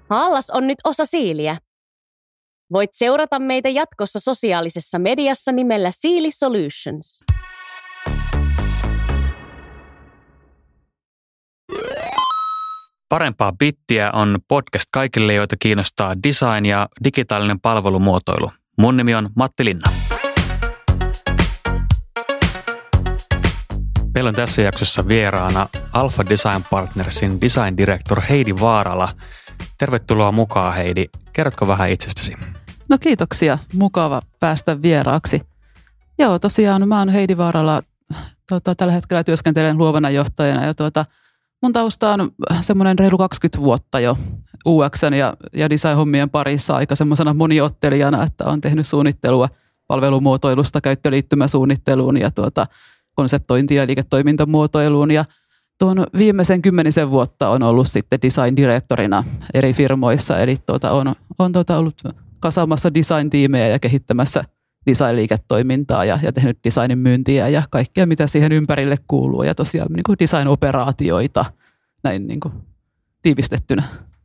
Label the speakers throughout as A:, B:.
A: Haallas on nyt osa Siiliä. Voit seurata meitä jatkossa sosiaalisessa mediassa nimellä Siili Solutions.
B: Parempaa bittiä on podcast kaikille, joita kiinnostaa design ja digitaalinen palvelumuotoilu. Mun nimi on Matti Linna. Meillä on tässä jaksossa vieraana Alpha Design Partnersin design director Heidi Vaarala. Tervetuloa mukaan, Heidi. Kerrotko vähän itsestäsi?
C: No kiitoksia. Mukava päästä vieraaksi. Joo, tosiaan mä oon Heidi Vaarala. Tällä hetkellä työskentelen luovana johtajana ja mun tausta on semmoinen reilu 20 vuotta jo UX:n ja design-hommien parissa aika semmoisena moniottelijana, että on tehnyt suunnittelua palvelumuotoilusta käyttöliittymäsuunnitteluun ja konseptointia ja liiketoimintamuotoiluun. Ja tuon viimeisen 10 vuotta on ollut sitten design directorina eri firmoissa, eli on ollut kasaamassa design-tiimejä ja kehittämässä design-liiketoimintaa ja tehnyt designin myyntiä ja kaikkea, mitä siihen ympärille kuuluu. Ja tosiaan niin kuin design-operaatioita näin niin kuin tiivistettynä.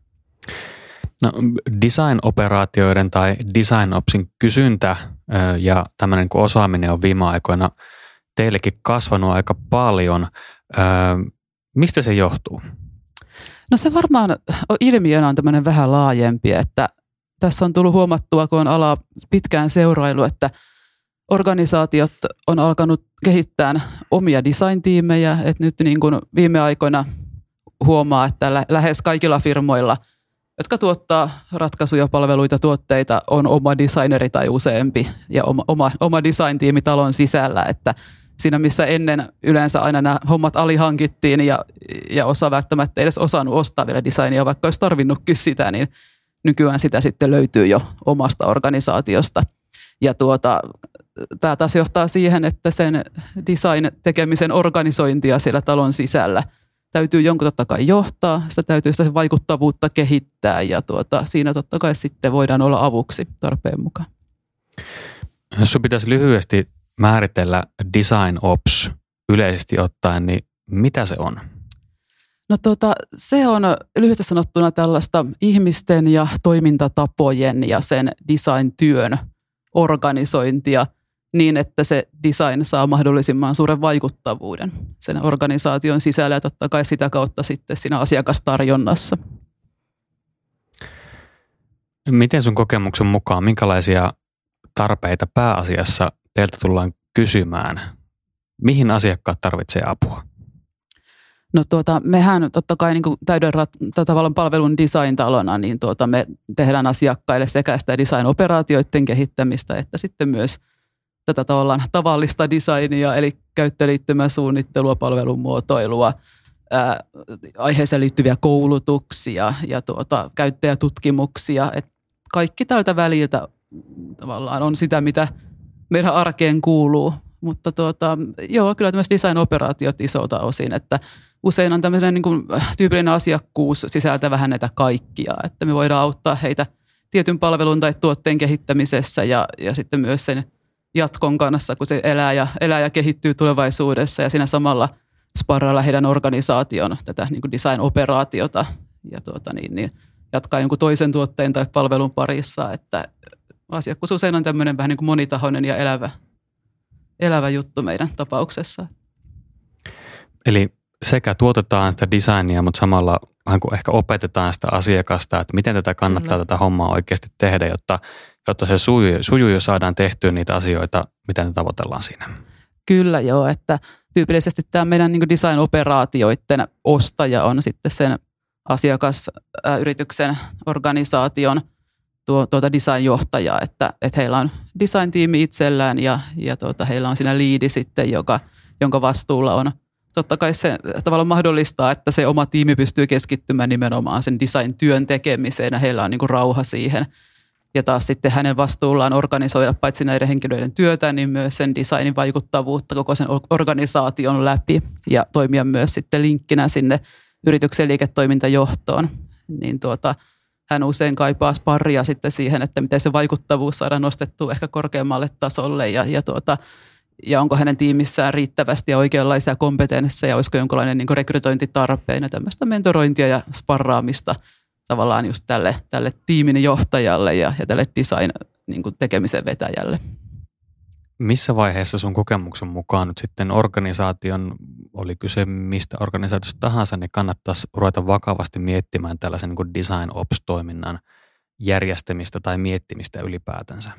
B: No, design-operaatioiden tai design-opsin kysyntä ja tämmöinen niin osaaminen on viime aikoina teillekin kasvanut aika paljon. Mistä se johtuu?
C: No se varmaan ilmiönä on tämmöinen vähän laajempi, että tässä on tullut huomattua, kun on alaa pitkään seurailu, että organisaatiot on alkanut kehittää omia design-tiimejä. Että nyt niin kuin viime aikoina huomaa, että lähes kaikilla firmoilla, jotka tuottaa ratkaisuja, palveluita, tuotteita, on oma designeri tai useampi ja oma design-tiimi talon sisällä. Että siinä, missä ennen yleensä aina nämä hommat alihankittiin ja osa välttämättä ei edes osannut ostaa vielä designia, vaikka olisi tarvinnutkin sitä, niin nykyään sitä sitten löytyy jo omasta organisaatiosta. Ja tämä taas johtaa siihen, että sen design-tekemisen organisointia siellä talon sisällä täytyy jonkun totta kai johtaa, sitä täytyy sitä vaikuttavuutta kehittää ja siinä totta kai sitten voidaan olla avuksi tarpeen mukaan.
B: Jos sun pitäisi lyhyesti määritellä design ops yleisesti ottaen, niin mitä se on?
C: No se on lyhyesti sanottuna tällaista ihmisten ja toimintatapojen ja sen design-työn organisointia niin, että se design saa mahdollisimman suuren vaikuttavuuden sen organisaation sisällä ja totta kai sitä kautta sitten siinä asiakastarjonnassa.
B: Miten sun kokemuksen mukaan, minkälaisia tarpeita pääasiassa teiltä tullaan kysymään? Mihin asiakkaat tarvitsee apua?
C: No mehän totta kai niin tavallaan palvelun design-talona, niin me tehdään asiakkaille sekä sitä design-operaatioiden kehittämistä, että sitten myös tätä tavallista designia, eli käyttöliittymäsuunnittelua, palvelun muotoilua, aiheeseen liittyviä koulutuksia ja käyttäjätutkimuksia. Et kaikki tältä väliltä tavallaan on sitä, mitä meidän arkeen kuuluu. Mutta kyllä myös design-operaatiot isolta osin, että usein on tämmöinen niin kuin tyypillinen asiakkuus sisältä vähän näitä kaikkia, että me voidaan auttaa heitä tietyn palvelun tai tuotteen kehittämisessä ja sitten myös sen jatkon kanssa, kun se elää ja kehittyy tulevaisuudessa ja siinä samalla sparrailla heidän organisaation tätä niin kuin design-operaatiota ja jatkaa jonkun toisen tuotteen tai palvelun parissa, että asiakkuus usein on tämmöinen vähän niin kuin monitahoinen ja elävä juttu meidän tapauksessa. Eli
B: sekä tuotetaan sitä designia, mutta samalla vähän kuin ehkä opetetaan sitä asiakasta, että miten tätä kannattaa tätä hommaa oikeasti tehdä, jotta se sujuu ja saadaan tehtyä niitä asioita, mitä ne tavoitellaan siinä.
C: Kyllä joo, että tyypillisesti tämä meidän niin kuin design-operaatioiden ostaja on sitten sen asiakasyrityksen organisaation design-johtaja, että heillä on design-tiimi itsellään ja heillä on siinä liidi sitten, jonka vastuulla on. Totta kai se tavallaan mahdollistaa, että se oma tiimi pystyy keskittymään nimenomaan sen design-työn tekemiseen ja heillä on niin kuin rauha siihen. Ja taas sitten hänen vastuullaan organisoida paitsi näiden henkilöiden työtä, niin myös sen designin vaikuttavuutta koko sen organisaation läpi ja toimia myös sitten linkkinä sinne yrityksen liiketoimintajohtoon. Niin hän usein kaipaa sparria sitten siihen, että miten se vaikuttavuus saadaan nostettua ehkä korkeammalle tasolle ja onko hänen tiimissään riittävästi ja oikeanlaisia kompetensseja, olisiko jonkinlainen niin rekrytointitarpeen ja tämmöistä mentorointia ja sparraamista tavallaan just tälle tiimin johtajalle ja tälle design niin kuin tekemisen vetäjälle.
B: Missä vaiheessa sun kokemuksen mukaan nyt sitten organisaation, oli kyse mistä organisaatiosta tahansa, niin kannattaisi ruveta vakavasti miettimään tällaisen niin kuin design ops-toiminnan järjestämistä tai miettimistä ylipäätänsä?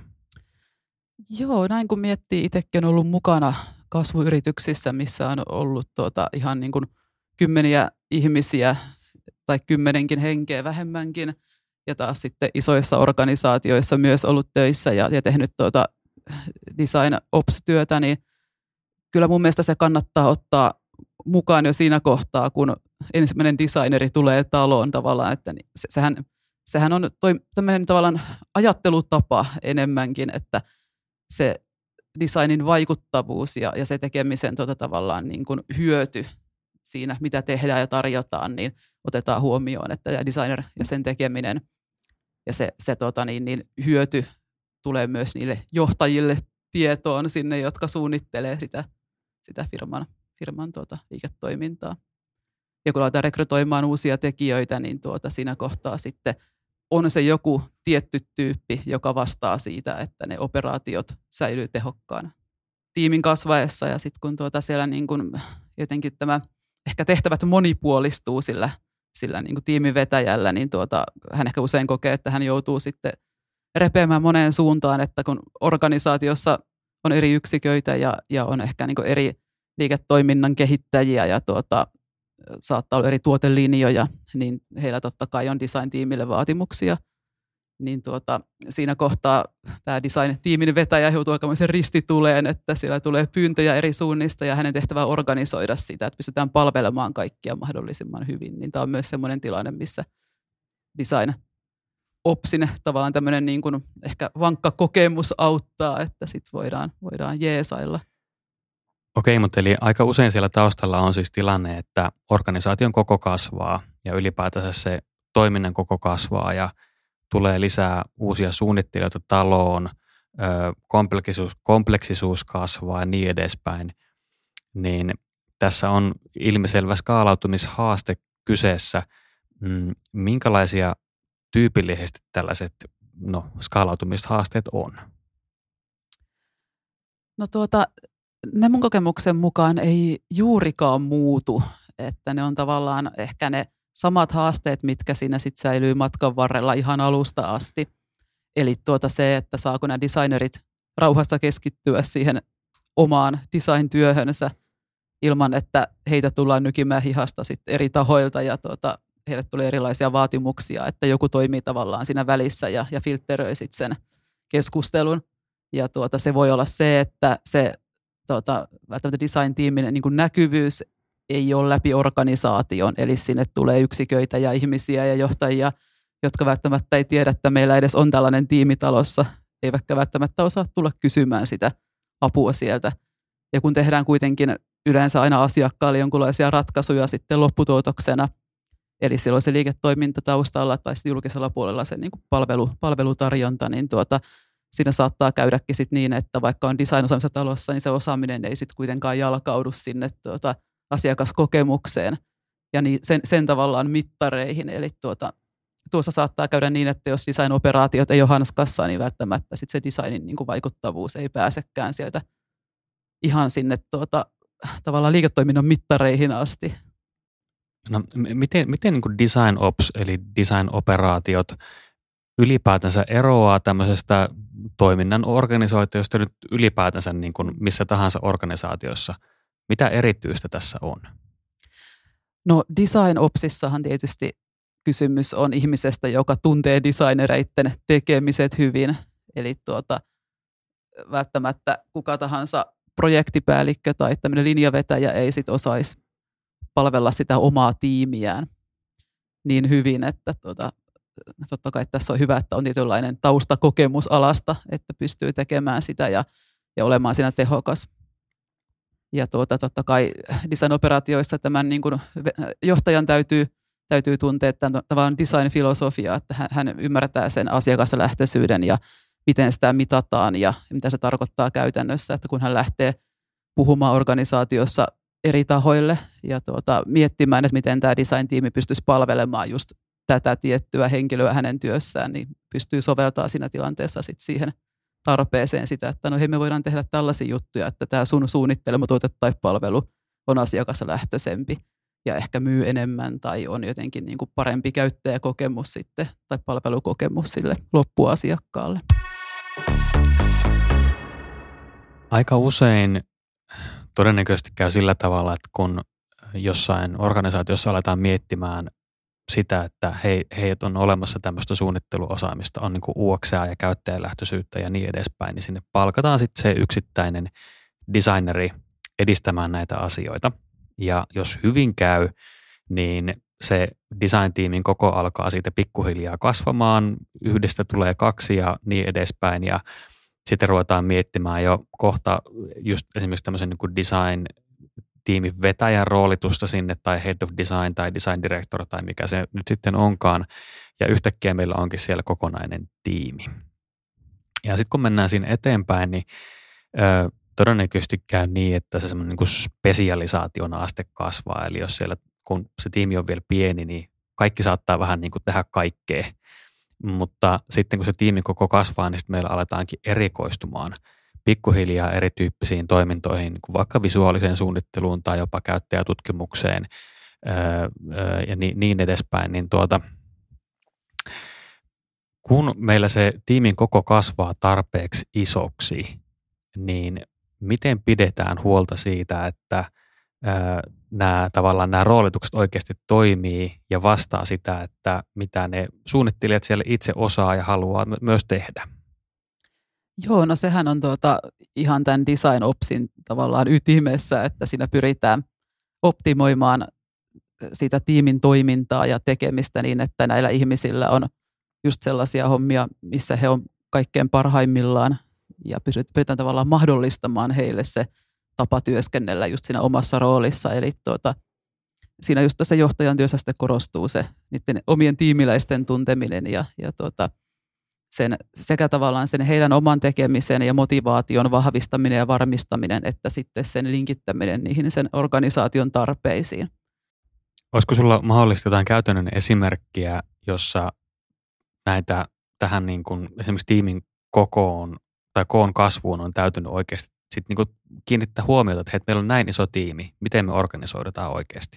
C: Joo, näin kun miettii, itsekin on ollut mukana kasvuyrityksissä, missä on ollut ihan niin kuin kymmeniä ihmisiä tai 10 henkeä vähemmänkin, ja taas sitten isoissa organisaatioissa myös ollut töissä ja tehnyt design ops-työtä, niin kyllä mun mielestä se kannattaa ottaa mukaan jo siinä kohtaa, kun ensimmäinen designeri tulee taloon tavallaan, että sehän on tämmöinen tavallaan ajattelutapa enemmänkin, että se designin vaikuttavuus ja se tekemisen tavallaan niin kuin hyöty siinä, mitä tehdään ja tarjotaan, niin otetaan huomioon, että designer ja sen tekeminen ja se hyöty tulee myös niille johtajille tietoon sinne, jotka suunnittelee sitä firman liiketoimintaa. Ja kun aletaan rekrytoimaan uusia tekijöitä, niin siinä kohtaa sitten on se joku tietty tyyppi, joka vastaa siitä, että ne operaatiot säilyy tehokkaana tiimin kasvaessa. Ja sitten kun siellä niin kun jotenkin tämä ehkä tehtävät monipuolistuu sillä niin kun tiimin vetäjällä, niin hän ehkä usein kokee, että hän joutuu sitten repeämään moneen suuntaan, että kun organisaatiossa on eri yksiköitä ja on ehkä niin kun eri liiketoiminnan kehittäjiä ja saattaa olla eri tuotelinjoja, niin heillä totta kai on design-tiimille vaatimuksia. Niin siinä kohtaa tämä design-tiimin vetäjä joutuu aikamoisen ristituleen, että siellä tulee pyyntöjä eri suunnista ja hänen tehtävää organisoida sitä, että pystytään palvelemaan kaikkia mahdollisimman hyvin. Niin tämä on myös sellainen tilanne, missä design opsin tavallaan tämmöinen niin kuin ehkä vankka kokemus auttaa, että sitten voidaan jeesailla.
B: Okei, mutta eli aika usein siellä taustalla on siis tilanne, että organisaation koko kasvaa ja ylipäätänsä se toiminnan koko kasvaa ja tulee lisää uusia suunnittelijoita taloon, kompleksisuus kasvaa ja niin edespäin. Niin tässä on ilmiselvä skaalautumishaaste kyseessä. Minkälaisia tyypillisesti tällaiset skaalautumishaasteet on?
C: No ne mun kokemuksen mukaan ei juurikaan muutu, että ne on tavallaan ehkä ne samat haasteet, mitkä siinä sitten säilyy matkan varrella ihan alusta asti. Eli se, että saako nämä designerit rauhassa keskittyä siihen omaan design-työhönsä ilman, että heitä tullaan nykimään hihasta sitten eri tahoilta ja heille tulee erilaisia vaatimuksia, että joku toimii tavallaan siinä välissä ja filtteröi sitten sen keskustelun. Ja se voi olla se, että se välttämättä design-tiimin niin kuin näkyvyys ei ole läpi organisaation, eli sinne tulee yksiköitä ja ihmisiä ja johtajia, jotka välttämättä ei tiedä, että meillä edes on tällainen tiimi talossa, eivätkä välttämättä osaa tulla kysymään sitä apua sieltä. Ja kun tehdään kuitenkin yleensä aina asiakkaalle jonkinlaisia ratkaisuja sitten lopputuotoksena, eli silloin se liiketoiminta taustalla tai julkisella puolella se niin kuin palvelutarjonta, niin siinä saattaa käydäkin sit niin, että vaikka on design-osaamista talossa, niin se osaaminen ei sitten kuitenkaan jalkaudu sinne asiakaskokemukseen ja sen tavallaan mittareihin. Eli tuossa saattaa käydä niin, että jos design-operaatiot ei ole hanskassa, niin välttämättä sit se designin niin kuin vaikuttavuus ei pääsekään sieltä ihan sinne tavallaan liiketoiminnan mittareihin asti.
B: No, miten niin kuin design ops eli design-operaatiot ylipäätänsä eroaa tämmöisestä toiminnan organisaatiosta nyt ylipäätänsä niin kuin missä tahansa organisaatiossa? Mitä erityistä tässä on?
C: No design opsissahan tietysti kysymys on ihmisestä, joka tuntee designereiden tekemiset hyvin. Eli välttämättä kuka tahansa projektipäällikkö tai tämmöinen linjavetäjä ei sit osaisi palvella sitä omaa tiimiään niin hyvin, että totta kai tässä on hyvä, että on tietynlainen taustakokemus alasta, että pystyy tekemään sitä ja olemaan siinä tehokas. Ja totta kai design-operaatioissa tämän niin kuin johtajan täytyy tuntea tämän tavallaan design-filosofiaa, että hän ymmärtää sen asiakaslähtöisyyden ja miten sitä mitataan ja mitä se tarkoittaa käytännössä, että kun hän lähtee puhumaan organisaatiossa eri tahoille ja miettimään, että miten tämä design-tiimi pystyisi palvelemaan just tätä tiettyä henkilöä hänen työssään, niin pystyy soveltaa siinä tilanteessa sit siihen tarpeeseen sitä, että no hei, me voidaan tehdä tällaisia juttuja, että tämä sun suunnittelema tuote tai palvelu on asiakaslähtöisempi ja ehkä myy enemmän tai on jotenkin niin kuin parempi käyttäjäkokemus sitten tai palvelukokemus sille loppuasiakkaalle.
B: Aika usein todennäköisesti käy sillä tavalla, että kun jossain organisaatiossa aletaan miettimään sitä, että heitä on olemassa tämmöistä suunnitteluosaamista, on niin kuin UX:ää ja käyttäjälähtöisyyttä ja niin edespäin, niin sinne palkataan sitten se yksittäinen designeri edistämään näitä asioita. Ja jos hyvin käy, niin se design-tiimin koko alkaa siitä pikkuhiljaa kasvamaan, yhdestä tulee 2 ja niin edespäin, ja sitten ruvetaan miettimään jo kohta just esimerkiksi tämmöisen niin kuin design-tiimin vetäjän roolitusta sinne, tai head of design tai design director tai mikä se nyt sitten onkaan, ja yhtäkkiä meillä onkin siellä kokonainen tiimi. Ja sitten kun mennään siinä eteenpäin, niin todennäköisesti käy niin, että se semmoinen niin kuin spesialisaation aste kasvaa, eli jos siellä, kun se tiimi on vielä pieni, niin kaikki saattaa vähän niin kuin tehdä kaikkea, mutta sitten kun se tiimin koko kasvaa, niin sitten meillä aletaankin erikoistumaan pikkuhiljaa erityyppisiin toimintoihin, niin kuin vaikka visuaaliseen suunnitteluun tai jopa käyttäjätutkimukseen ja niin edespäin, niin kun meillä se tiimin koko kasvaa tarpeeksi isoksi, niin miten pidetään huolta siitä, että nämä roolitukset oikeasti toimii ja vastaa sitä, että mitä ne suunnittelijat siellä itse osaa ja haluaa myös tehdä?
C: Joo, no sehän on ihan tämän Design Opsin tavallaan ytimessä, että siinä pyritään optimoimaan sitä tiimin toimintaa ja tekemistä niin, että näillä ihmisillä on just sellaisia hommia, missä he on kaikkein parhaimmillaan ja pyritään tavallaan mahdollistamaan heille se tapa työskennellä just siinä omassa roolissa. Eli siinä just tässä johtajan työssä sitten korostuu se niiden omien tiimiläisten tunteminen ja sen, sekä tavallaan sen heidän oman tekemisen ja motivaation vahvistaminen ja varmistaminen, että sitten sen linkittäminen niihin sen organisaation tarpeisiin.
B: Olisiko sulla mahdollista jotain käytännön esimerkkiä, jossa näitä tähän niin kuin esimerkiksi tiimin kokoon tai koon kasvuun on täytynyt oikeasti sit niin kuin kiinnittää huomiota, että meillä on näin iso tiimi, miten me organisoidutaan oikeasti?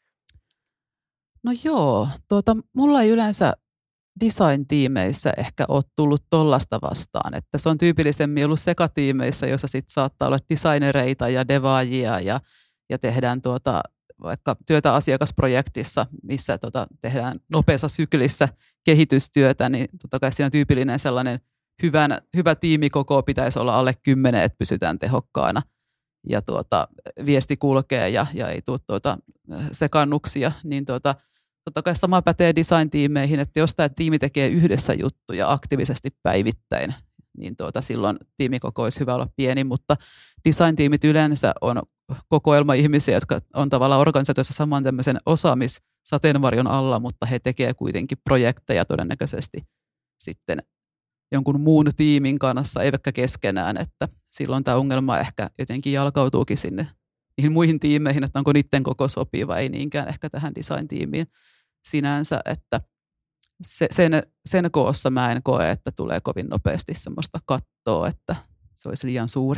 C: No joo, mulla ei yleensä design-tiimeissä ehkä ole tullut tollasta vastaan, että se on tyypillisemmin ollut sekatiimeissä, joissa sitten saattaa olla designereita ja devaajia ja tehdään vaikka työtä asiakasprojektissa, missä tehdään nopeassa syklissä kehitystyötä, niin totta kai siinä on tyypillinen sellainen hyvä tiimikoko pitäisi olla alle 10, että pysytään tehokkaana ja viesti kulkee ja ei tule sekannuksia, niin totta kai sama pätee design-tiimeihin, että jos tämä tiimi tekee yhdessä juttuja aktiivisesti päivittäin, niin silloin tiimikoko olisi hyvä olla pieni, mutta design-tiimit yleensä on kokoelma ihmisiä, jotka on tavallaan organisaatiossa saman tämmöisen osaamissateenvarjon alla, mutta he tekevät kuitenkin projekteja todennäköisesti sitten jonkun muun tiimin kanssa, eivätkä keskenään, että silloin tämä ongelma ehkä jotenkin jalkautuukin sinne niihin muihin tiimeihin, että onko niiden koko sopiva, ei niinkään ehkä tähän design-tiimiin sinänsä, että sen koossa mä en koe, että tulee kovin nopeasti semmoista kattoa, että se olisi liian suuri.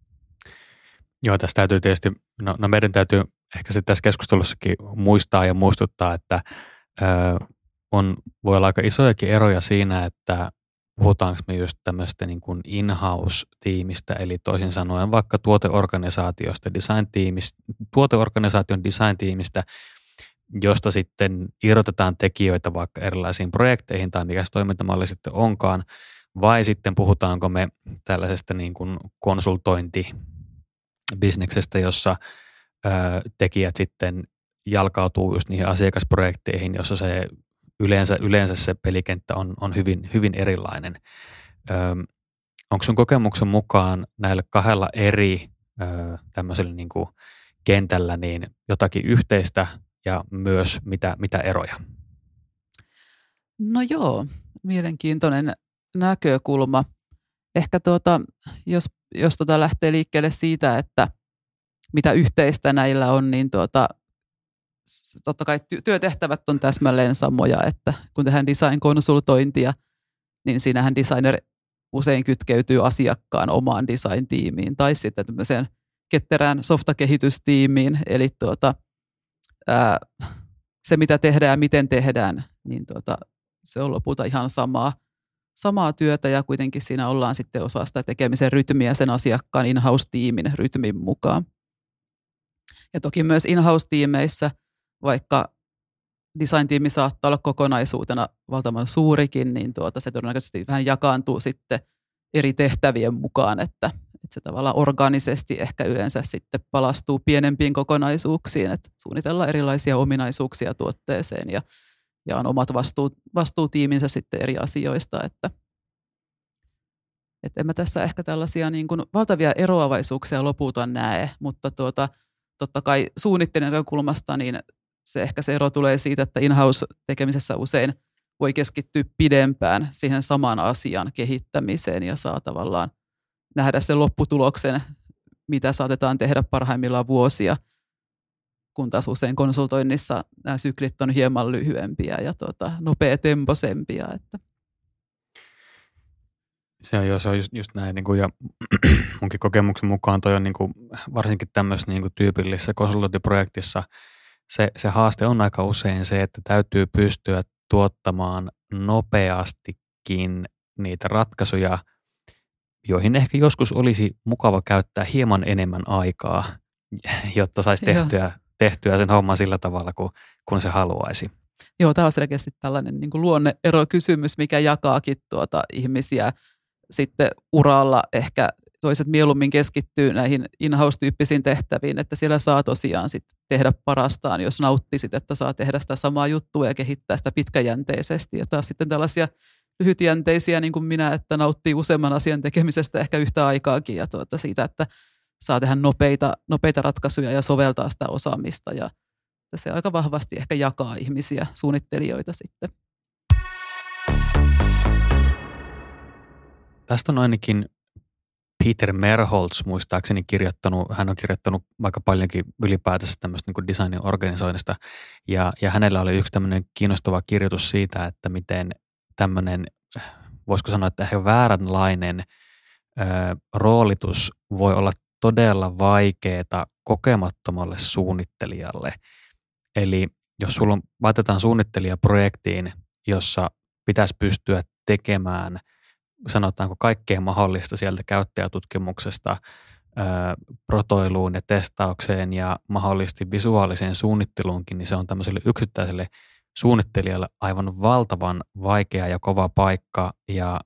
B: Joo, tässä täytyy tietysti, no meidän täytyy ehkä sitten tässä keskustelussakin muistaa ja muistuttaa, että voi olla aika isojakin eroja siinä, että puhutaanko me just tämmöistä niin kuin in-house-tiimistä, eli toisin sanoen vaikka tuoteorganisaatiosta, tuoteorganisaation design-tiimistä, josta sitten irrotetaan tekijöitä vaikka erilaisiin projekteihin tai mikä se toimintamalli sitten onkaan, vai sitten puhutaanko me tällaisesta niin kuin konsultointibisneksestä, jossa tekijät sitten jalkautuu just niihin asiakasprojekteihin, jossa se yleensä se pelikenttä on hyvin, hyvin erilainen. Onko sun kokemuksen mukaan näillä kahdella eri tämmöisellä niin kuin kentällä niin jotakin yhteistä ja myös mitä eroja?
C: No joo, mielenkiintoinen näkökulma. Ehkä jos lähtee liikkeelle siitä, että mitä yhteistä näillä on, niin totta kai työtehtävät on täsmälleen samoja, että kun tehdään design-konsultointia, niin siinähän designer usein kytkeytyy asiakkaan omaan design-tiimiin tai sitten tämmöiseen ketterään softakehitystiimiin, eli se mitä tehdään ja miten tehdään, niin se on lopulta ihan samaa työtä ja kuitenkin siinä ollaan sitten osa sitä tekemisen rytmiä sen asiakkaan in-house-tiimin rytmin mukaan. Ja toki myös in-house-tiimeissä, vaikka design-tiimi saattaa olla kokonaisuutena valtavan suurikin, niin se todennäköisesti vähän jakaantuu sitten eri tehtävien mukaan, että se tavallaan organisesti ehkä yleensä sitten palastuu pienempiin kokonaisuuksiin, että suunnitellaan erilaisia ominaisuuksia tuotteeseen ja on omat vastuutiiminsä sitten eri asioista, että en mä tässä ehkä tällaisia niin kuin valtavia eroavaisuuksia lopulta näe, mutta totta kai suunnittelijan näkökulmasta niin se ero tulee siitä, että in-house-tekemisessä usein voi keskittyä pidempään siihen saman asian kehittämiseen ja saa tavallaan nähdä sen lopputuloksen, mitä saatetaan tehdä parhaimmillaan vuosia, kun taas usein konsultoinnissa nämä syklit on hieman lyhyempiä ja nopeatempoisempia. Että.
B: Se on just näin, niin kuin, ja munkin kokemuksen mukaan toi on niin kuin, varsinkin tämmöisessä niin kuin tyypillisessä konsultointiprojektissa se haaste on aika usein se, että täytyy pystyä tuottamaan nopeastikin niitä ratkaisuja, joihin ehkä joskus olisi mukava käyttää hieman enemmän aikaa, jotta saisi tehtyä sen homman sillä tavalla, kun se haluaisi.
C: Joo, tämä on selkeästi tällainen niin kuin luonne-erokysymys, mikä jakaakin ihmisiä sitten uralla. Ehkä toiset mieluummin keskittyy näihin in-house-tyyppisiin tehtäviin, että siellä saa tosiaan sit tehdä parastaan, jos nauttisit, että saa tehdä sitä samaa juttua ja kehittää sitä pitkäjänteisesti. Ja taas sitten tällaisia lyhytjänteisiä, niin kuin minä, että nauttii useamman asian tekemisestä ehkä yhtä aikaakin ja siitä, että saa tehdä nopeita ratkaisuja ja soveltaa sitä osaamista. Ja se aika vahvasti ehkä jakaa ihmisiä, suunnittelijoita sitten.
B: Tästä on ainakin Peter Merholz muistaakseni hän on kirjoittanut aika paljonkin ylipäätänsä tämmöistä niin kuin designin organisoinnista, ja hänellä oli yksi tämmöinen kiinnostava kirjoitus siitä, että miten tämmöinen, voisiko sanoa, että ehkä vääränlainen roolitus voi olla todella vaikeaa kokemattomalle suunnittelijalle. Eli jos sulla laitetaan suunnittelijaprojektiin, jossa pitäisi pystyä tekemään sanotaanko kaikkea mahdollista sieltä käyttäjätutkimuksesta protoiluun ja testaukseen ja mahdollisesti visuaaliseen suunnitteluunkin, niin se on tämmöiselle yksittäiselle suunnittelijalle aivan valtavan vaikea ja kova paikka ja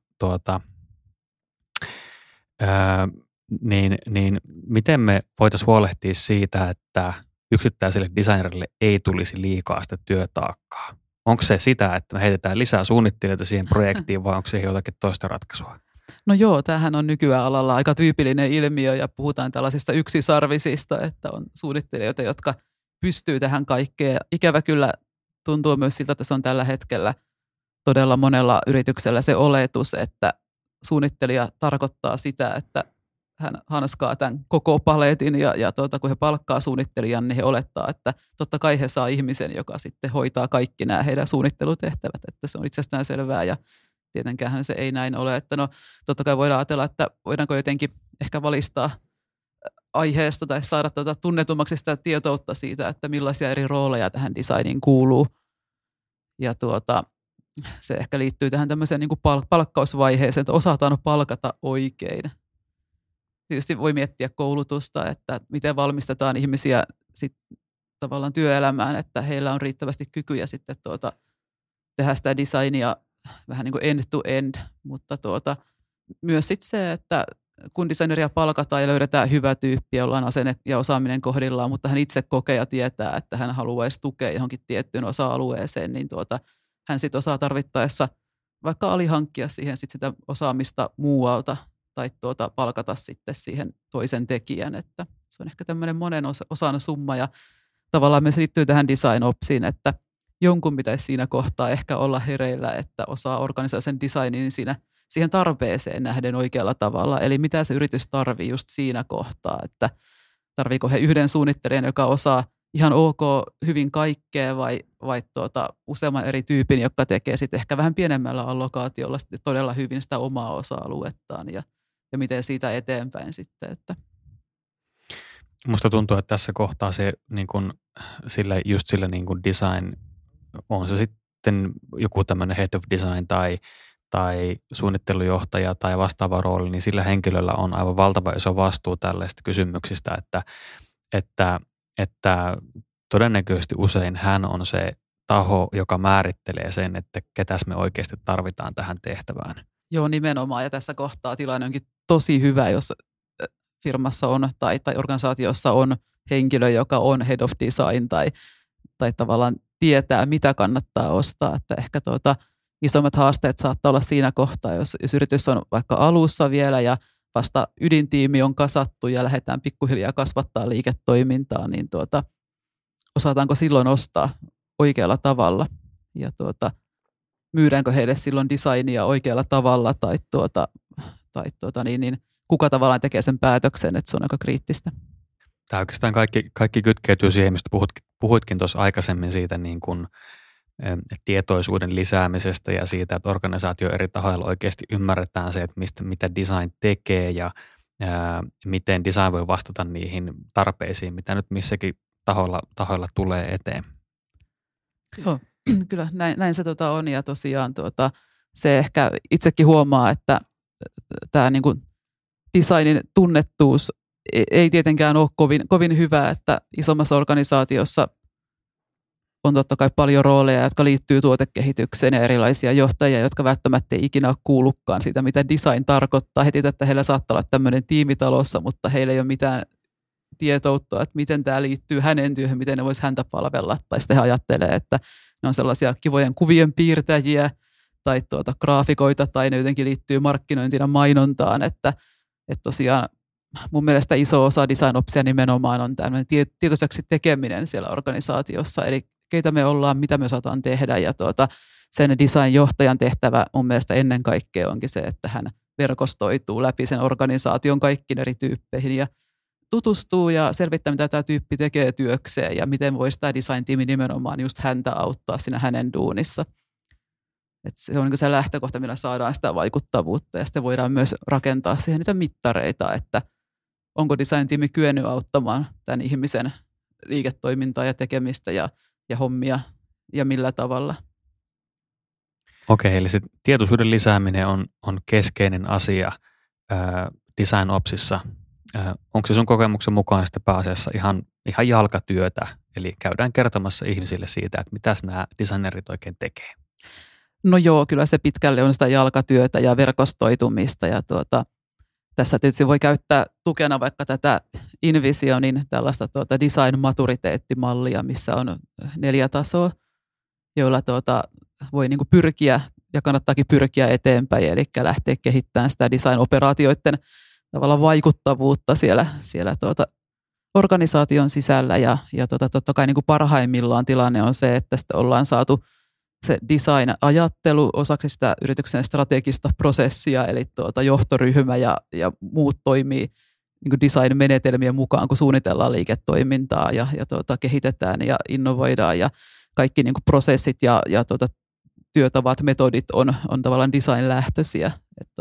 B: niin miten me voitaisiin huolehtia siitä, että yksittäiselle designerille ei tulisi liikaa sitä työtaakkaa? Onko se sitä, että me heitetään lisää suunnittelijoita siihen projektiin vai onko se jotakin toista ratkaisua?
C: No joo, tämähän on nykyään alalla aika tyypillinen ilmiö ja puhutaan tällaisista yksisarvisista, että on suunnittelijoita, jotka pystyy tähän kaikkeen. Ikävä kyllä tuntuu myös siltä, että se on tällä hetkellä todella monella yrityksellä se oletus, että suunnittelija tarkoittaa sitä, että hän hanskaa tämän koko paletin ja kun he palkkaa suunnittelijan, niin he olettaa, että totta kai he saa ihmisen, joka sitten hoitaa kaikki nämä heidän suunnittelutehtävät, että se on itsestään selvää ja tietenkään se ei näin ole, että no totta kai voidaan ajatella, että voidaanko jotenkin ehkä valistaa aiheesta tai saada tunnetummaksi sitä tietoutta siitä, että millaisia eri rooleja tähän designiin kuuluu ja se ehkä liittyy tähän tämmöiseen niin kuin palkkausvaiheeseen, että osataan palkata oikein. Tietysti voi miettiä koulutusta, että miten valmistetaan ihmisiä sit tavallaan työelämään, että heillä on riittävästi kykyjä sitten tehdä sitä designia vähän niin kuin end to end, mutta myös sitten se, että kun designeria palkataan ja löydetään hyvä tyyppi, jolla on asenne ja osaaminen kohdillaan, mutta hän itse kokee ja tietää, että hän haluaisi tukea johonkin tiettyyn osa-alueeseen, niin hän sitten osaa tarvittaessa vaikka alihankkia siihen sit sitä osaamista muualta tai palkata sitten siihen toisen tekijän, että se on ehkä tämmöinen monen osan summa ja tavallaan myös liittyy tähän design opsiin, että jonkun pitäisi siinä kohtaa ehkä olla hereillä, että osaa organisoida sen designin siihen tarpeeseen nähden oikealla tavalla, eli mitä se yritys tarvii just siinä kohtaa, että tarviiko he yhden suunnittelijan, joka osaa ihan ok hyvin kaikkea vai useamman eri tyypin, jotka tekee sitten ehkä vähän pienemmällä allokaatiolla todella hyvin sitä omaa osa-aluettaan ja miten siitä eteenpäin sitten. Että.
B: Musta tuntuu, että tässä kohtaa se niin kun, just sillä niin kun design, on se sitten joku tämmöinen head of design tai suunnittelujohtaja tai vastaava rooli, niin sillä henkilöllä on aivan valtava iso vastuu tällaista kysymyksistä, että todennäköisesti usein hän on se taho, joka määrittelee sen, että ketäs me oikeasti tarvitaan tähän tehtävään.
C: Joo, nimenomaan. Ja tässä kohtaa tilanne onkin tosi hyvä, jos firmassa on tai organisaatiossa on henkilö, joka on head of design tai tavallaan tietää, mitä kannattaa ostaa. Että ehkä isommat haasteet saattaa olla siinä kohtaa, jos yritys on vaikka alussa vielä ja vasta ydintiimi on kasattu ja lähdetään pikkuhiljaa kasvattaa liiketoimintaa, niin osataanko silloin ostaa oikealla tavalla ja myydäänkö heille silloin designia oikealla tavalla tai kuka tavallaan tekee sen päätöksen, että se on aika kriittistä.
B: Tämä oikeastaan kaikki kytkeytyy siihen, mistä puhuitkin tuossa aikaisemmin siitä niin kuin tietoisuuden lisäämisestä ja siitä, että organisaatio eri tahoilla oikeasti ymmärretään se, että mitä design tekee ja miten design voi vastata niihin tarpeisiin, mitä nyt missäkin tahoilla tulee eteen.
C: Joo, kyllä näin se on ja tosiaan se ehkä itsekin huomaa, että tämä niin kuin designin tunnettuus ei tietenkään ole kovin hyvä, että isommassa organisaatiossa on totta kai paljon rooleja, jotka liittyy tuotekehitykseen ja erilaisia johtajia, jotka välttämättä ei ikinä ole kuullutkaan siitä, mitä design tarkoittaa. He tietävät, että heillä saattaa olla tämmöinen tiimi talossa, mutta heillä ei ole mitään tietoutta, että miten tämä liittyy hänen työhön, miten ne voisi häntä palvella. Tai sitten he ajattelee, että ne on sellaisia kivojen kuvien piirtäjiä tai graafikoita tai ne jotenkin liittyy markkinointiin ja mainontaan, että tosiaan mun mielestä iso osa design-opsia nimenomaan on tämmöinen tietoiseksi tekeminen siellä organisaatiossa, eli keitä me ollaan, mitä me osataan tehdä ja sen design-johtajan tehtävä mun mielestä ennen kaikkea onkin se, että hän verkostoituu läpi sen organisaation kaikkiin eri tyyppeihin ja tutustuu ja selvittää, mitä tämä tyyppi tekee työkseen ja miten voisi tämä design-tiimi nimenomaan just häntä auttaa siinä hänen duunissa. Et se on niin se lähtökohta, millä saadaan sitä vaikuttavuutta ja sitten voidaan myös rakentaa siihen niitä mittareita, että onko design-tiimi kyennyt auttamaan tämän ihmisen liiketoimintaa ja tekemistä ja hommia ja millä tavalla.
B: Okei, eli se tietoisuuden lisääminen on keskeinen asia design-opsissa. Onko se sun kokemuksen mukaan sitten pääasiassa ihan jalkatyötä, eli käydään kertomassa ihmisille siitä, että mitäs nämä designerit oikein tekee?
C: No joo, kyllä se pitkälle on sitä jalkatyötä ja verkostoitumista ja tässä tietysti voi käyttää tukena vaikka tätä InVisionin tällaista design-maturiteettimallia, missä on 4 tasoa, joilla voi niinku pyrkiä ja kannattaakin pyrkiä eteenpäin, eli lähteä kehittämään sitä design-operaatioiden tavallaan vaikuttavuutta siellä organisaation sisällä ja totta kai niinku parhaimmillaan tilanne on se, että sitten ollaan saatu se design-ajattelu osaksi sitä yrityksen strategista prosessia, eli johtoryhmä ja muut toimii niin kuin design-menetelmien mukaan, kun suunnitellaan liiketoimintaa ja kehitetään ja innovoidaan ja kaikki niin kuin prosessit ja työtavat, metodit on tavallaan design-lähtöisiä.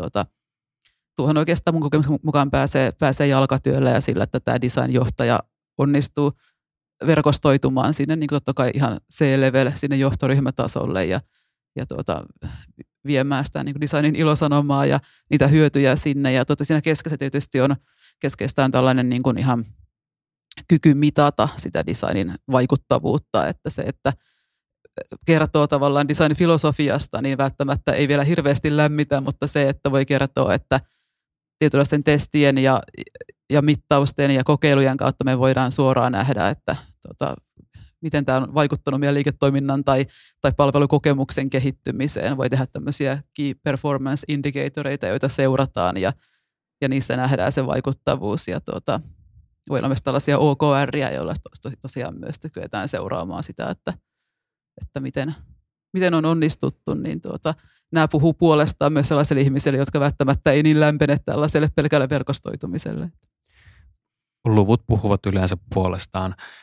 C: Tuohon oikeastaan mun kokemuksen mukaan pääsee jalkatyöllä ja sillä, että tämä design-johtaja onnistuu verkostoitumaan sinne niin totta kai ihan C-level sinne johtoryhmätasolle ja viemään sitä niin designin ilosanomaa ja niitä hyötyjä sinne. Ja siinä keskeistä tietysti on keskeistään tällainen niin kuin ihan kyky mitata sitä designin vaikuttavuutta, että se, että kertoo tavallaan design-filosofiasta, niin välttämättä ei vielä hirveästi lämmitä, mutta se, että voi kertoa, että tietynlaisten testien ja mittausten ja kokeilujen kautta me voidaan suoraan nähdä, että miten tämä on vaikuttanut meidän liiketoiminnan tai palvelukokemuksen kehittymiseen. Voi tehdä tämmöisiä key performance indicatoreita, joita seurataan ja niissä nähdään se vaikuttavuus. Ja voi olla myös tällaisia OKR:ia, joilla tosiaan myös kyetään seuraamaan sitä, että miten on onnistuttu, niin nämä puhuu puolestaan myös sellaisille ihmisille, jotka välttämättä ei niin lämpene tällaiselle pelkälle verkostoitumiselle.
B: Luvut puhuvat yleensä puolestaan.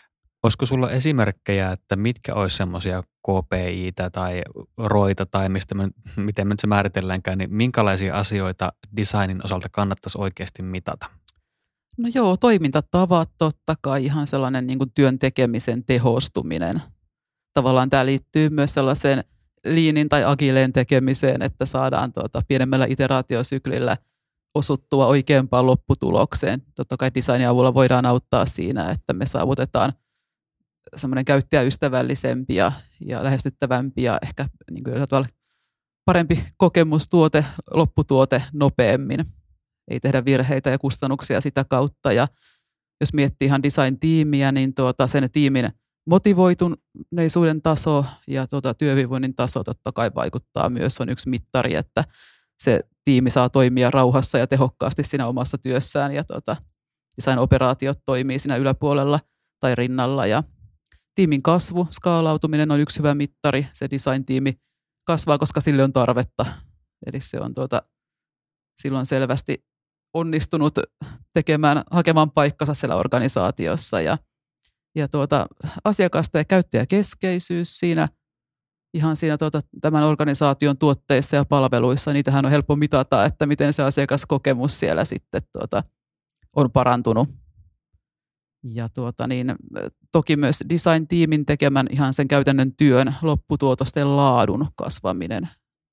B: Olisiko sulla esimerkkejä, että mitkä olisi semmoisia KPI:tä tai roita tai miten me nyt se määritelläänkään, niin minkälaisia asioita designin osalta kannattaisi oikeasti mitata?
C: No joo, toimintatavat totta kai, ihan sellainen niin kuin työn tekemisen tehostuminen. Tavallaan tämä liittyy myös sellaiseen leanin tai agileen tekemiseen, että saadaan pienemmällä iteraatiosyklillä osuttua oikeampaan lopputulokseen. Totta kai designin avulla voidaan auttaa siinä, että me saavutetaan semmoinen käyttäjäystävällisempi ja lähestyttävämpi ja ehkä niin kuin parempi kokemustuote, lopputuote nopeammin. Ei tehdä virheitä ja kustannuksia sitä kautta. Ja jos miettii ihan design-tiimiä, niin sen tiimin motivoituneisuuden taso ja työhyvinvoinnin taso totta kai vaikuttaa myös. On yksi mittari, että se tiimi saa toimia rauhassa ja tehokkaasti siinä omassa työssään ja design-operaatiot toimii siinä yläpuolella tai rinnalla. Ja tiimin kasvu, skaalautuminen on yksi hyvä mittari. Se design-tiimi kasvaa, koska sille on tarvetta. Eli se on silloin selvästi onnistunut hakemaan paikkansa siellä organisaatiossa ja asiakasta ja käyttäjäkeskeisyys siinä ihan siinä tämän organisaation tuotteissa ja palveluissa. Niitähän on helppo mitata, että miten se asiakaskokemus siellä sitten on parantunut. Ja toki myös design-tiimin tekemän ihan sen käytännön työn lopputuotosten laadun kasvaminen,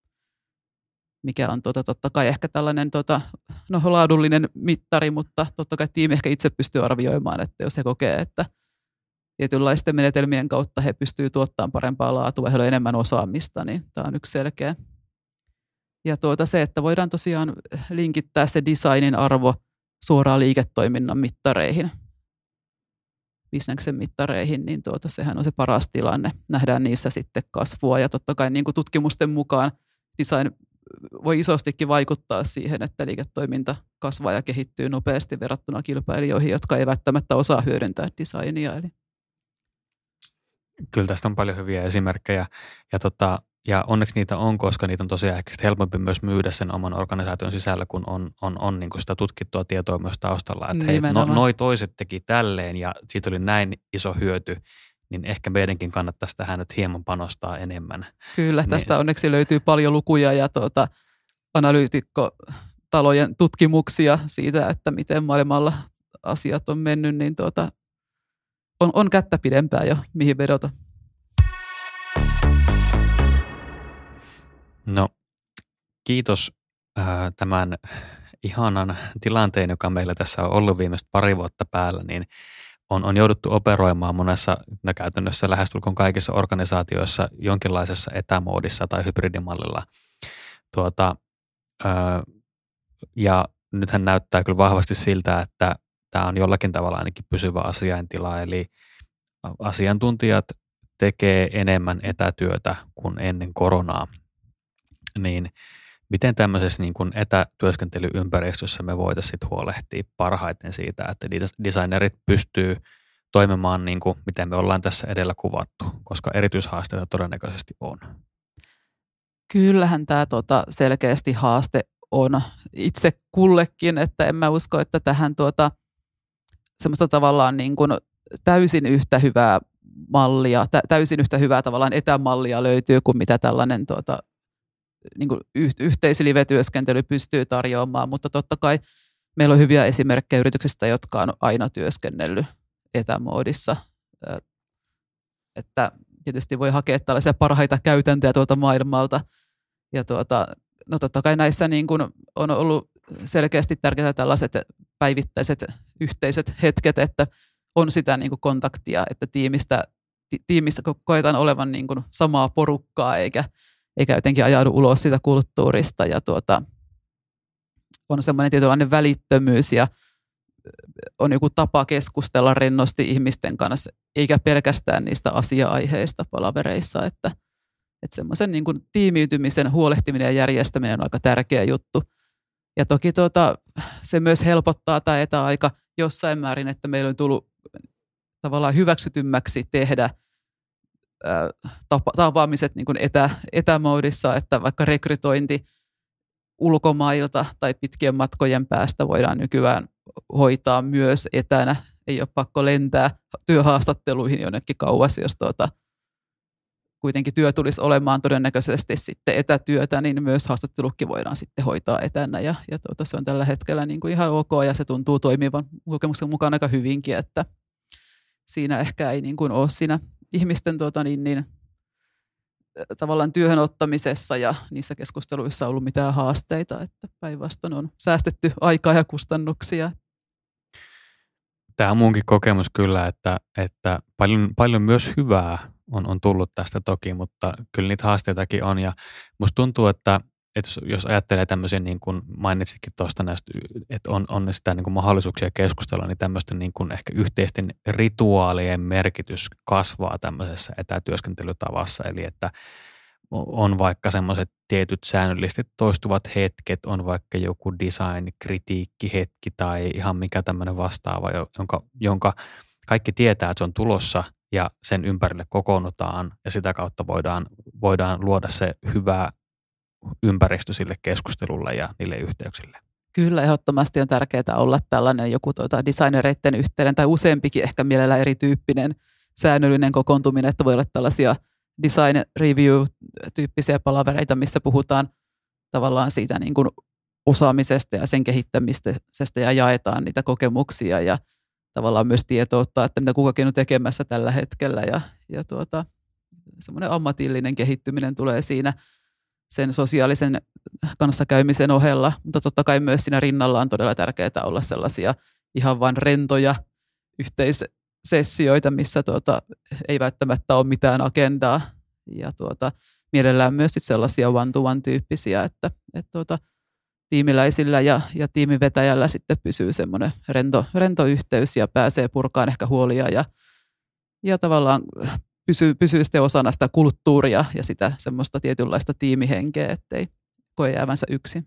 C: mikä on totta kai ehkä tällainen laadullinen mittari, mutta totta kai tiimi ehkä itse pystyy arvioimaan, että jos he kokee, että tietynlaisten menetelmien kautta he pystyvät tuottamaan parempaa laatua, heillä on enemmän osaamista, niin tämä on yksi selkeä. Ja se, että voidaan tosiaan linkittää se designin arvo suoraan liiketoiminnan mittareihin, bisneksen mittareihin, niin sehän on se paras tilanne. Nähdään niissä sitten kasvua ja totta kai niin kuin tutkimusten mukaan design voi isostikin vaikuttaa siihen, että liiketoiminta kasvaa ja kehittyy nopeasti verrattuna kilpailijoihin, jotka ei välttämättä osaa hyödyntää designia. Kyllä
B: tästä on paljon hyviä esimerkkejä ja onneksi niitä on, koska niitä on tosiaan ehkä helpompi myös myydä sen oman organisaation sisällä, kun on niin kuin sitä tutkittua tietoa myös taustalla, että hei, noi toiset teki tälleen ja siitä oli näin iso hyöty, niin ehkä meidänkin kannattaisi tähän nyt hieman panostaa enemmän.
C: Kyllä, tästä onneksi löytyy paljon lukuja ja analyytikkotalojen tutkimuksia siitä, että miten maailmalla asiat on mennyt, niin on kättä pidempää jo, mihin vedota.
B: No, kiitos tämän ihanan tilanteen, joka meillä tässä on ollut viimeistä pari vuotta päällä, niin on jouduttu operoimaan monessa käytännössä lähestulkoon kaikissa organisaatioissa jonkinlaisessa etämoodissa tai hybridimallilla. Ja nythän näyttää kyllä vahvasti siltä, että tämä on jollakin tavalla ainakin pysyvä asiaintila, eli asiantuntijat tekee enemmän etätyötä kuin ennen koronaa. Niin miten tämmöisessä niin kuin etätyöskentelyympäristössä me voitaisiin huolehtia parhaiten siitä, että designerit pystyy toimimaan niin kuin miten me ollaan tässä edellä kuvattu, koska erityishaasteita todennäköisesti on.
C: Kyllähän tämä selkeästi haaste on itse kullekin, että en mä usko, että tähän semmoista tavallaan niin kuin täysin yhtä hyvää mallia, täysin yhtä hyvää tavallaan etämallia löytyy kuin mitä tällainen niin kuin yhteislive-työskentely pystyy tarjoamaan, mutta totta kai meillä on hyviä esimerkkejä yrityksistä, jotka on aina työskennellyt etämoodissa. Että tietysti voi hakea tällaisia parhaita käytäntöjä tuolta maailmalta. Ja no totta kai näissä niin kuin on ollut selkeästi tärkeää tällaiset päivittäiset yhteiset hetket, että on sitä niin kuin kontaktia, että tiimissä koetaan olevan niin kuin samaa porukkaa eikä jotenkin ajaudu ulos siitä kulttuurista ja on semmoinen tietynlainen välittömyys ja on joku tapa keskustella rennosti ihmisten kanssa, eikä pelkästään niistä asia-aiheista palavereissa, että semmoisen niin kuin tiimiytymisen huolehtiminen ja järjestäminen on aika tärkeä juttu. Ja toki se myös helpottaa tämä etäaika jossain määrin, että meillä on tullut tavallaan hyväksytymmäksi tehdä tapaamiset niin kuin etämoodissa, että vaikka rekrytointi ulkomailta tai pitkien matkojen päästä voidaan nykyään hoitaa myös etänä ei ole pakko lentää työhaastatteluihin jonnekin kauas, jos kuitenkin työ tulisi olemaan todennäköisesti sitten etätyötä, niin myös haastattelukin voidaan sitten hoitaa etänä ja se on tällä hetkellä niin kuin ihan ok ja se tuntuu toimivan kokemuksen mukaan aika hyvinkin, että siinä ehkä ei niin kuin ole siinä ihmisten tavallaan työhön ottamisessa ja niissä keskusteluissa ollut mitään haasteita, että päinvastoin on säästetty aikaa ja kustannuksia.
B: Tämä on munkin kokemus kyllä, että paljon myös hyvää on tullut tästä toki, mutta kyllä niitä haasteitakin on. Ja musta tuntuu, että jos ajattelee tämmöisiä, niin kuin mainitsitkin tuosta näistä, että on sitä niin kuin mahdollisuuksia keskustella, niin tämmöisten niin kuin ehkä yhteisten rituaalien merkitys kasvaa tämmöisessä etätyöskentelytavassa. Eli että on vaikka semmoiset tietyt säännöllisesti toistuvat hetket, on vaikka joku design-kritiikkihetki tai ihan mikä tämmöinen vastaava, jonka kaikki tietää, että se on tulossa ja sen ympärille kokoonnutaan ja sitä kautta voidaan luoda se hyvä ympäristö sille keskustelulle ja niille yhteyksille.
C: Kyllä, ehdottomasti on tärkeää olla tällainen joku designereiden yhteinen tai useampikin ehkä mielellä erityyppinen säännöllinen kokoontuminen, että voi olla tällaisia design review-tyyppisiä palavereita, missä puhutaan tavallaan siitä niin kuin osaamisesta ja sen kehittämisestä ja jaetaan niitä kokemuksia ja tavallaan myös tietouttaa, että mitä kukakin on tekemässä tällä hetkellä ja semmoinen ammatillinen kehittyminen tulee siinä sen sosiaalisen kanssakäymisen ohella, mutta totta kai myös siinä rinnalla on todella tärkeää olla sellaisia ihan vain rentoja yhteissessioita, missä ei välttämättä ole mitään agendaa ja mielellään myös sellaisia one-to-one-tyyppisiä, että tiimiläisillä ja tiimivetäjällä sitten pysyy semmoinen rento yhteys ja pääsee purkaan ehkä huolia ja tavallaan pysyy sitten osana sitä kulttuuria ja sitä semmoista tietynlaista tiimihenkeä, ettei koe jäävänsä yksin.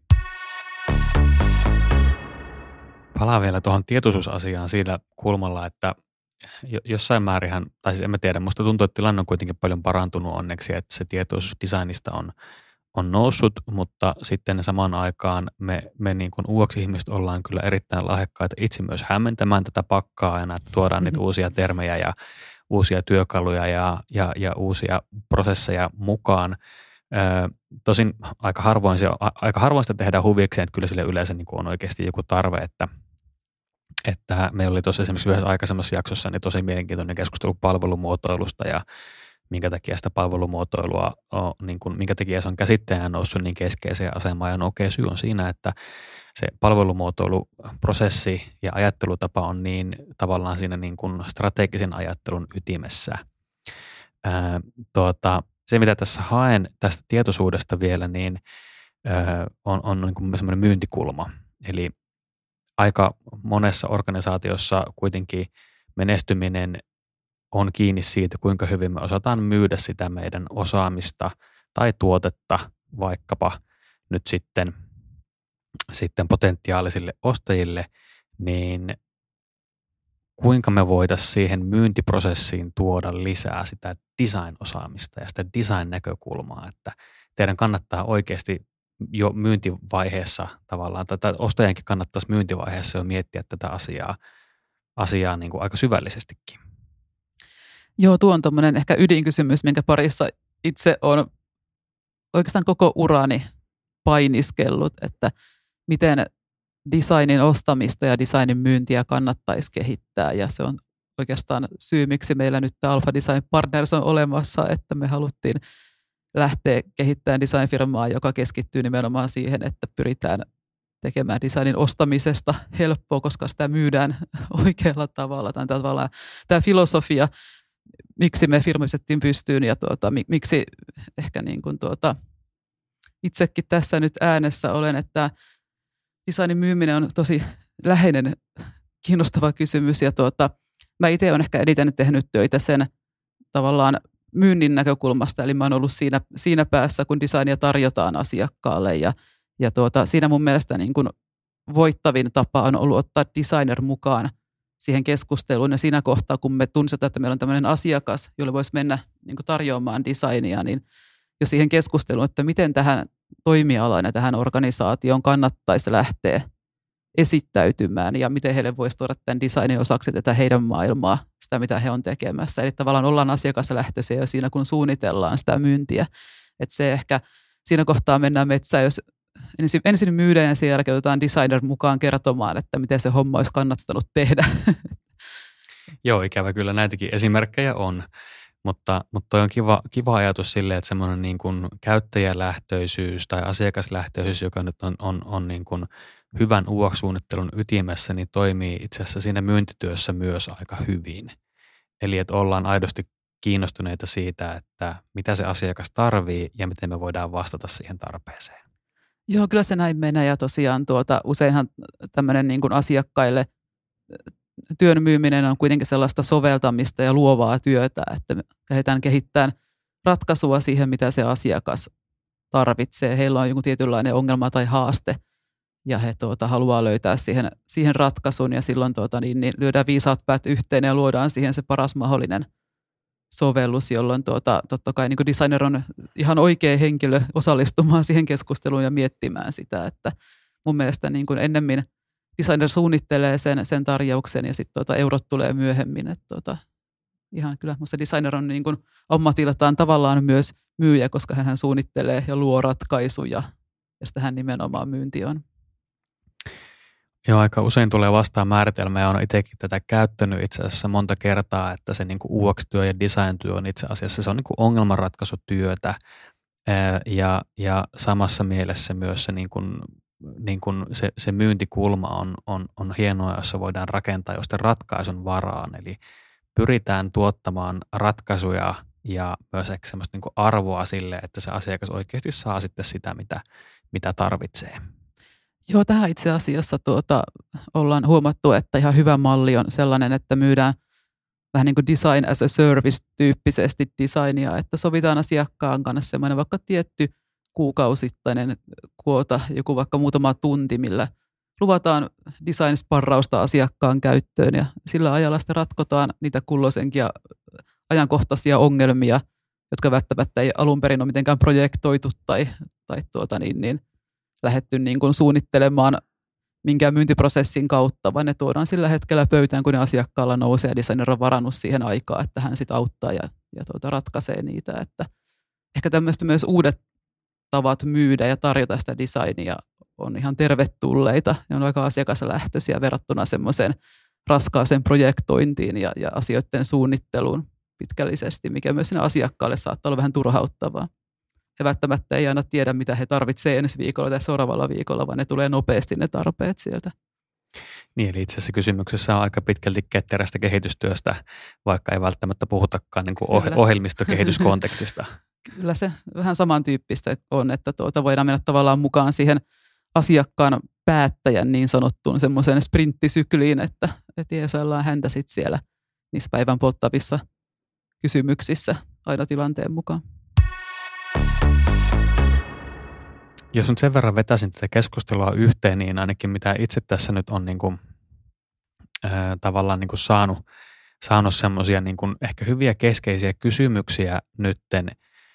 B: Palaan vielä tuohon tietoisuusasiaan siinä kulmalla, että jossain määrinhän, tai siis en mä tiedä, musta tuntuu, että tilanne on kuitenkin paljon parantunut onneksi, että se tietoisuus designista on noussut, mutta sitten samaan aikaan me niin kuin UX-ihmiset ollaan kyllä erittäin lahjakkaita itse myös hämmentämään tätä pakkaa aina, että tuodaan niitä uusia termejä ja uusia työkaluja ja uusia prosesseja mukaan. Tosin aika harvoin sitä tehdään huvikseen, että kyllä sille yleensä niin kuin on oikeasti joku tarve, että meillä oli tuossa esimerkiksi yhdessä aikaisemmassa jaksossa niin tosi mielenkiintoinen keskustelu palvelumuotoilusta ja minkä takia sitä palvelumuotoilua niin kuin, minkä takia se on käsitteenä noussut niin keskeiseen asemaan. Ja okei, syy on siinä, että se palvelumuotoiluprosessi ja ajattelutapa on niin tavallaan siinä niin kuin strategisen ajattelun ytimessä. Se, mitä tässä haen tästä tietoisuudesta vielä, niin on niin kuin semmoinen myyntikulma. Eli aika monessa organisaatiossa kuitenkin menestyminen on kiinni siitä, kuinka hyvin me osataan myydä sitä meidän osaamista tai tuotetta vaikkapa nyt sitten potentiaalisille ostajille, niin kuinka me voitaisiin siihen myyntiprosessiin tuoda lisää sitä design-osaamista ja sitä design-näkökulmaa, että teidän kannattaa oikeasti jo myyntivaiheessa tavallaan, tai ostajankin kannattaisi myyntivaiheessa jo miettiä tätä asiaa niin kuin aika syvällisestikin.
C: Joo, tuo on tommoinen ehkä ydinkysymys, minkä parissa itse on oikeastaan koko urani painiskellut, että miten designin ostamista ja designin myyntiä kannattaisi kehittää. Ja se on oikeastaan syy, miksi meillä nyt tämä Alpha Design Partners on olemassa, että me haluttiin lähteä kehittämään designfirmaa, joka keskittyy nimenomaan siihen, että pyritään tekemään designin ostamisesta helppoa, koska sitä myydään oikealla tavalla. Tämä filosofia, miksi me firmisettiin pystyyn ja miksi ehkä niin kuin itsekin tässä nyt äänessä olen, että designin myyminen on tosi läheinen, kiinnostava kysymys ja mä itse olen ehkä eniten tehnyt töitä sen tavallaan myynnin näkökulmasta, eli mä oon ollut siinä päässä, kun designia tarjotaan asiakkaalle ja siinä mun mielestä niin kuin voittavin tapa on ollut ottaa designer mukaan siihen keskusteluun ja siinä kohtaa, kun me tunnistetaan, että meillä on tämmöinen asiakas, jolle voisi mennä niin kuin tarjoamaan designia, niin jo siihen keskusteluun, että miten tähän toimialaan ja tähän organisaatioon kannattaisi lähteä esittäytymään ja miten heille voisi tuoda tämän designin osaksi tätä heidän maailmaa, sitä mitä he on tekemässä. Eli tavallaan ollaan asiakaslähtöisiä jo siinä, kun suunnitellaan sitä myyntiä. Että se ehkä siinä kohtaa mennään metsään, jos ensin myydään ja sen jälkeen otetaan designer mukaan kertomaan, että miten se homma olisi kannattanut tehdä.
B: Joo, ikävä kyllä näitäkin esimerkkejä on, mutta toi on kiva ajatus silleen, että semmoinen niin kuin käyttäjälähtöisyys tai asiakaslähtöisyys, joka nyt on niin kuin hyvän UX-suunnittelun ytimessä, niin toimii itse asiassa siinä myyntityössä myös aika hyvin. Eli että ollaan aidosti kiinnostuneita siitä, että mitä se asiakas tarvii ja miten me voidaan vastata siihen tarpeeseen.
C: Joo, kyllä se näin menee ja tosiaan useinhan tämmöinen niin kuin asiakkaille työn myyminen on kuitenkin sellaista soveltamista ja luovaa työtä, että me lähdetään kehittämään ratkaisua siihen, mitä se asiakas tarvitsee. Heillä on joku tietynlainen ongelma tai haaste ja he haluaa löytää siihen ratkaisun ja silloin niin lyödään viisaat päät yhteen ja luodaan siihen se paras mahdollinen sovellus, jolloin totta kai niin kuin designer on ihan oikea henkilö osallistumaan siihen keskusteluun ja miettimään sitä, että mun mielestä niin kuin ennemmin designer suunnittelee sen tarjouksen ja sitten eurot tulee myöhemmin. Että ihan kyllä musta designer on niin kuin ammatiltaan tavallaan myös myyjä, koska hän suunnittelee ja luo ratkaisuja ja sitähän nimenomaan myynti on.
B: Joo, aika usein tulee vastaan määritelmä ja olen itsekin tätä käyttänyt itse asiassa monta kertaa, että se niin kuin UX-työ ja design-työ on itse asiassa se on niin kuin ongelmanratkaisutyötä ja samassa mielessä myös se, niin kuin se myyntikulma on hienoa, jossa voidaan rakentaa josta ratkaisun varaan. Eli pyritään tuottamaan ratkaisuja ja myös ehkä semmoista niin kuin arvoa sille, että se asiakas oikeasti saa sitten sitä, mitä tarvitsee.
C: Joo, tähän itse asiassa ollaan huomattu, että ihan hyvä malli on sellainen, että myydään vähän niin kuin design as a service-tyyppisesti designia, että sovitaan asiakkaan kanssa semmoinen vaikka tietty kuukausittainen kuota, joku vaikka muutama tunti, millä luvataan design-sparrausta asiakkaan käyttöön ja sillä ajalla sitten ratkotaan niitä kulloisenkin ja ajankohtaisia ongelmia, jotka välttämättä ei alun perin ole mitenkään projektoitu tai lähdetty niin kuin suunnittelemaan minkään myyntiprosessin kautta, vaan ne tuodaan sillä hetkellä pöytään, kun ne asiakkaalla nousee ja designer on varannut siihen aikaa, että hän sitten auttaa ja ratkaisee niitä. Että ehkä tämmöistä myös uudet tavat myydä ja tarjota sitä designia on ihan tervetulleita ja on aika asiakaslähtöisiä verrattuna semmoiseen raskaaseen projektointiin ja asioiden suunnitteluun pitkällisesti, mikä myös siinä asiakkaalle saattaa olla vähän turhauttavaa. He välttämättä ei aina tiedä, mitä he tarvitsevat ensi viikolla tai seuraavalla viikolla, vaan ne tulee nopeasti ne tarpeet sieltä.
B: Niin, eli itse asiassa kysymyksessä on aika pitkälti ketterästä kehitystyöstä, vaikka ei välttämättä puhutakaan niin kuin ohjelmistokehityskontekstista.
C: Kyllä se vähän samantyyppistä on, että voidaan mennä tavallaan mukaan siihen asiakkaan päättäjän niin sanottuun semmoiseen sprinttisykliin, että jeesaillaan häntä sitten siellä niissä päivän polttavissa kysymyksissä aina tilanteen mukaan.
B: Jos nyt sen verran vetäisin tätä keskustelua yhteen, niin ainakin mitä itse tässä nyt on niin kuin, tavallaan niin kuin saanut semmoisia niin kuin ehkä hyviä keskeisiä kysymyksiä nytten,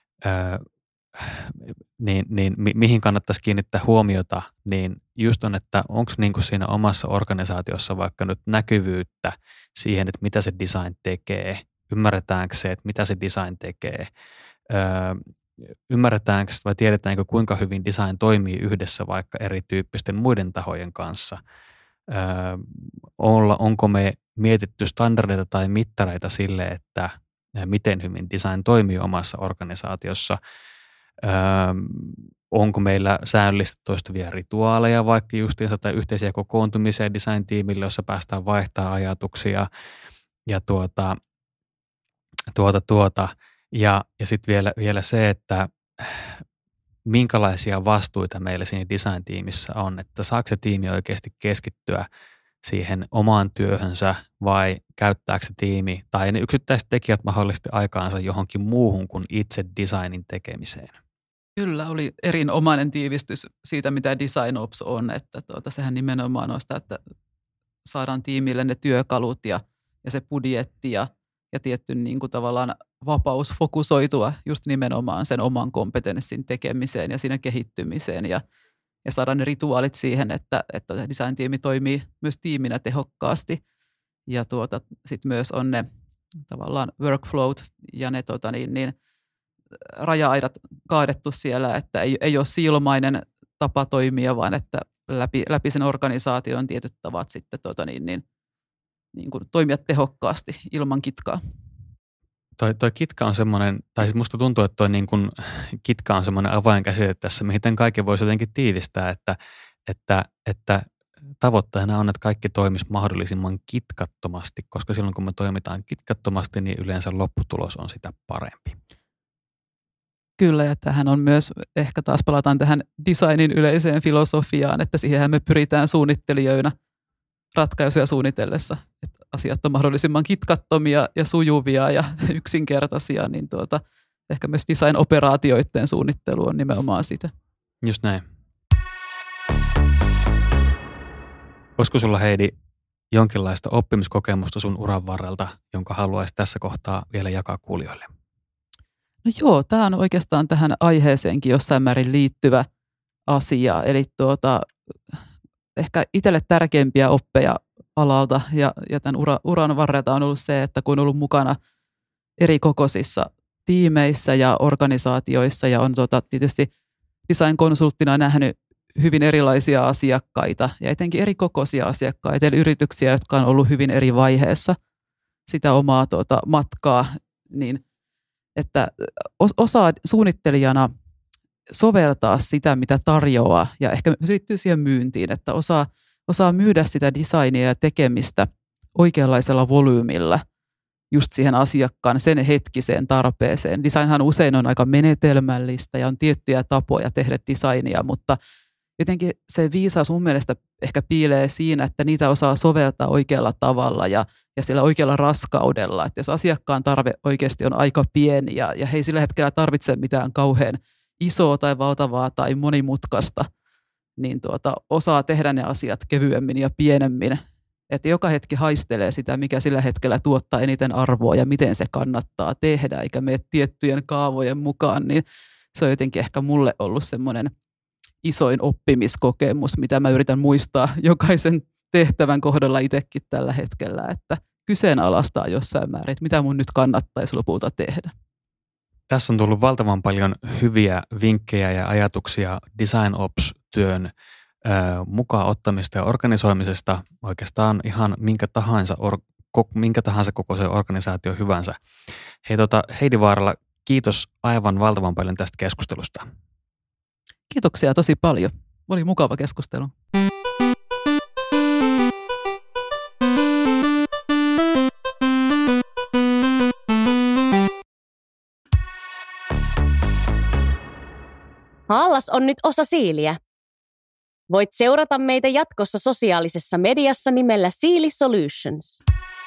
B: niin mihin kannattaisi kiinnittää huomiota, niin just on, että onko niin kuin siinä omassa organisaatiossa vaikka nyt näkyvyyttä siihen, että mitä se design tekee, ymmärretäänkö se, että mitä se design tekee, ymmärretäänkö vai tiedetäänkö kuinka hyvin design toimii yhdessä vaikka erityyppisten muiden tahojen kanssa, onko me mietitty standardeita tai mittareita sille, että miten hyvin design toimii omassa organisaatiossa, onko meillä säännöllisesti toistuvia rituaaleja vaikka justiinsa tai yhteisiä kokoontumisia design-tiimille, jossa päästään vaihtaa ajatuksia ja sitten vielä se, että minkälaisia vastuita meillä siinä design-tiimissä on, että saako se tiimi oikeasti keskittyä siihen omaan työhönsä vai käyttääkö se tiimi tai ne yksittäiset tekijät mahdollisesti aikaansa johonkin muuhun kuin itse designin tekemiseen.
C: Kyllä, oli erinomainen tiivistys siitä, mitä Design Ops on, että sehän nimenomaan on sitä, että saadaan tiimille ne työkalut ja se budjetti ja tietty niin kuin tavallaan vapaus fokusoitua just nimenomaan sen oman kompetenssin tekemiseen ja siinä kehittymiseen ja ja saada ne rituaalit siihen, että design-tiimi toimii myös tiiminä tehokkaasti. Ja sitten myös on ne tavallaan workflowt ja ne raja-aidat kaadettu siellä, että ei ole silmainen tapa toimia, vaan että läpi sen organisaation on tietyt tavat sitten niin kuin toimia tehokkaasti ilman kitkaa.
B: Toi kitka on semmoinen, tai siis musta tuntuu, että toi niin kuin kitka on semmoinen avainkäsite tässä, mihin kaiken voisi jotenkin tiivistää, että tavoitteena on, että kaikki toimisi mahdollisimman kitkattomasti, koska silloin kun me toimitaan kitkattomasti, niin yleensä lopputulos on sitä parempi.
C: Kyllä, ja tähän on myös, ehkä taas palataan tähän designin yleiseen filosofiaan, että siihenhän me pyritään suunnittelijoina ratkaisuja suunnitellessa, että asiat on mahdollisimman kitkattomia ja sujuvia ja yksinkertaisia, niin ehkä myös design-operaatioiden suunnittelu on nimenomaan sitä.
B: Just näin. Olisiko sulla, Heidi, jonkinlaista oppimiskokemusta sun uran varrelta, jonka haluaisit tässä kohtaa vielä jakaa kuulijoille?
C: No joo, tämä on oikeastaan tähän aiheeseenkin jossain määrin liittyvä asia. Eli ehkä itselle tärkeimpiä oppeja alalta ja tämän uran varrelta on ollut se, että kun on ollut mukana eri kokoisissa tiimeissä ja organisaatioissa ja on tietysti design-konsulttina nähnyt hyvin erilaisia asiakkaita ja etenkin eri kokoisia asiakkaita, eli yrityksiä, jotka on ollut hyvin eri vaiheessa sitä omaa matkaa, niin että osaa suunnittelijana soveltaa sitä, mitä tarjoaa, ja ehkä se liittyy siihen myyntiin, että osaa myydä sitä designia ja tekemistä oikeanlaisella volyymilla just siihen asiakkaan sen hetkiseen tarpeeseen. Designhan usein on aika menetelmällistä ja on tiettyjä tapoja tehdä designia, mutta jotenkin se viisaus mun mielestä ehkä piilee siinä, että niitä osaa soveltaa oikealla tavalla ja sillä oikealla raskaudella. Että jos asiakkaan tarve oikeasti on aika pieni ja he ei sillä hetkellä tarvitse mitään kauhean isoa tai valtavaa tai monimutkaista, niin osaa tehdä ne asiat kevyemmin ja pienemmin. Että joka hetki haistelee sitä, mikä sillä hetkellä tuottaa eniten arvoa ja miten se kannattaa tehdä, eikä mene tiettyjen kaavojen mukaan, niin se on jotenkin ehkä mulle ollut semmoinen isoin oppimiskokemus, mitä mä yritän muistaa jokaisen tehtävän kohdalla itsekin tällä hetkellä, että kyseenalaistaa jossain määrin, että mitä mun nyt kannattaisi lopulta tehdä.
B: Tässä on tullut valtavan paljon hyviä vinkkejä ja ajatuksia Design Ops-työn mukaan ottamista ja organisoimisesta oikeastaan ihan minkä tahansa kokoisen organisaatio hyvänsä. Hei, Heidi Vaarala, kiitos aivan valtavan paljon tästä keskustelusta.
C: Kiitoksia tosi paljon. Oli mukava keskustelu.
A: Haallas on nyt osa Siiliä. Voit seurata meitä jatkossa sosiaalisessa mediassa nimellä Siili Solutions.